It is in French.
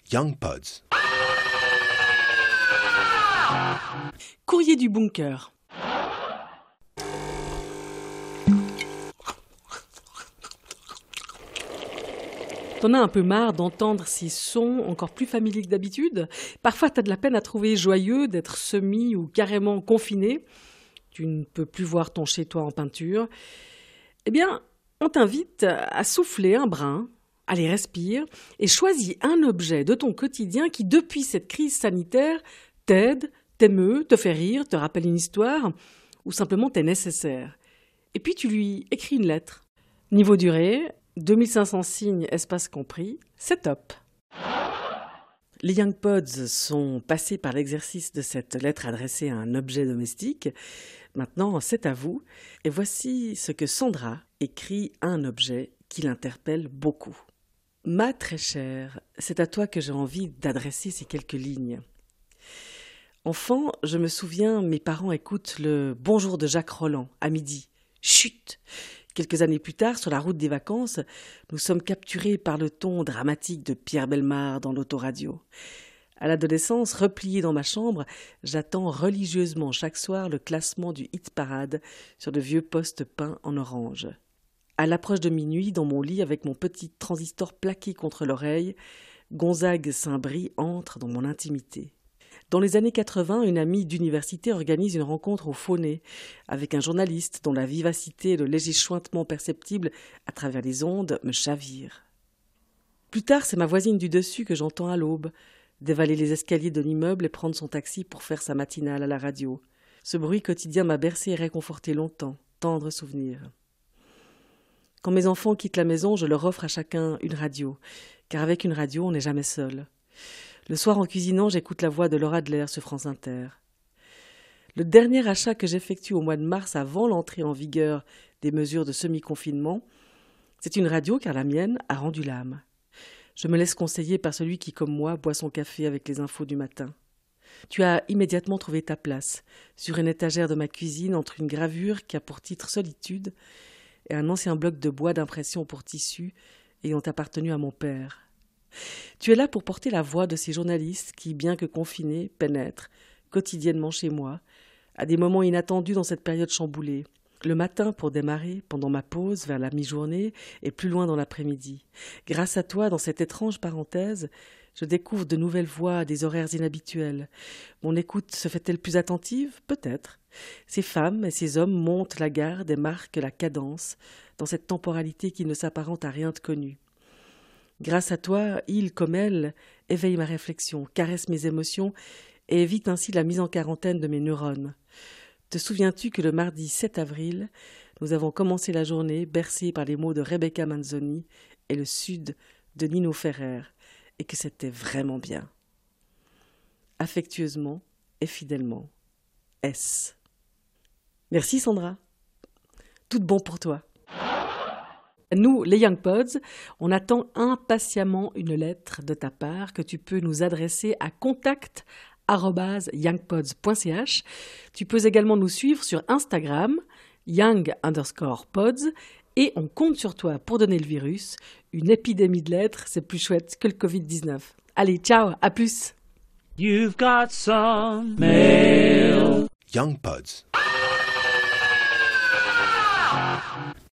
Young Pods. Courrier du bunker. T'en as un peu marre d'entendre ces sons encore plus familiers que d'habitude. Parfois, t'as de la peine à trouver joyeux d'être semi ou carrément confiné. Tu ne peux plus voir ton chez-toi en peinture. Eh bien, on t'invite à souffler un brin, allez, respire, et choisis un objet de ton quotidien qui, depuis cette crise sanitaire, t'aide, t'émeut, te fait rire, te rappelle une histoire, ou simplement t'est nécessaire. Et puis tu lui écris une lettre. Niveau durée, 2500 signes, espace compris, c'est top. Les Young Pods sont passés par l'exercice de cette lettre adressée à un objet domestique. Maintenant, c'est à vous. Et voici ce que Sandra écrit à un objet qui l'interpelle beaucoup. Ma très chère, c'est à toi que j'ai envie d'adresser ces quelques lignes. Enfant, je me souviens, mes parents écoutent le Bonjour de Jacques Rolland à midi. Chut! Quelques années plus tard, sur la route des vacances, nous sommes capturés par le ton dramatique de Pierre Bellemare dans l'autoradio. À l'adolescence, replié dans ma chambre, j'attends religieusement chaque soir le classement du hit-parade sur le vieux poste peint en orange. À l'approche de minuit, dans mon lit, avec mon petit transistor plaqué contre l'oreille, Gonzague Saint-Brie entre dans mon intimité. Dans les années 80, une amie d'université organise une rencontre au Faunet avec un journaliste dont la vivacité et le léger chointement perceptible à travers les ondes me chavirent. Plus tard, c'est ma voisine du dessus que j'entends à l'aube, dévaler les escaliers de l'immeuble et prendre son taxi pour faire sa matinale à la radio. Ce bruit quotidien m'a bercé et réconforté longtemps, tendre souvenir. Quand mes enfants quittent la maison, je leur offre à chacun une radio, car avec une radio, on n'est jamais seul. Le soir, en cuisinant, j'écoute la voix de Laura Adler sur France Inter. Le dernier achat que j'effectue au mois de mars avant l'entrée en vigueur des mesures de semi-confinement, c'est une radio car la mienne a rendu l'âme. Je me laisse conseiller par celui qui, comme moi, boit son café avec les infos du matin. Tu as immédiatement trouvé ta place, sur une étagère de ma cuisine, entre une gravure qui a pour titre Solitude et un ancien bloc de bois d'impression pour tissu ayant appartenu à mon père. Tu es là pour porter la voix de ces journalistes qui, bien que confinés, pénètrent quotidiennement chez moi, à des moments inattendus dans cette période chamboulée. Le matin pour démarrer, pendant ma pause, vers la mi-journée, et plus loin dans l'après-midi. Grâce à toi, dans cette étrange parenthèse, je découvre de nouvelles voix à des horaires inhabituels. Mon écoute se fait-elle plus attentive ? Peut-être. Ces femmes et ces hommes montent la garde et marquent la cadence dans cette temporalité qui ne s'apparente à rien de connu. Grâce à toi, ils, comme elles, éveillent ma réflexion, caressent mes émotions et évitent ainsi la mise en quarantaine de mes neurones. Te souviens-tu que le mardi 7 avril, nous avons commencé la journée bercés par les mots de Rebecca Manzoni et le Sud de Nino Ferrer, et que c'était vraiment bien. Affectueusement et fidèlement, S. Merci Sandra. Tout de bon pour toi. Nous, les Young Pods, on attend impatiemment une lettre de ta part que tu peux nous adresser à contact@youngpods.ch. Tu peux également nous suivre sur Instagram, young_pods, et on compte sur toi pour donner le virus. Une épidémie de lettres, c'est plus chouette que le Covid-19. Allez, ciao, à plus. You've got some mail. Young Pods.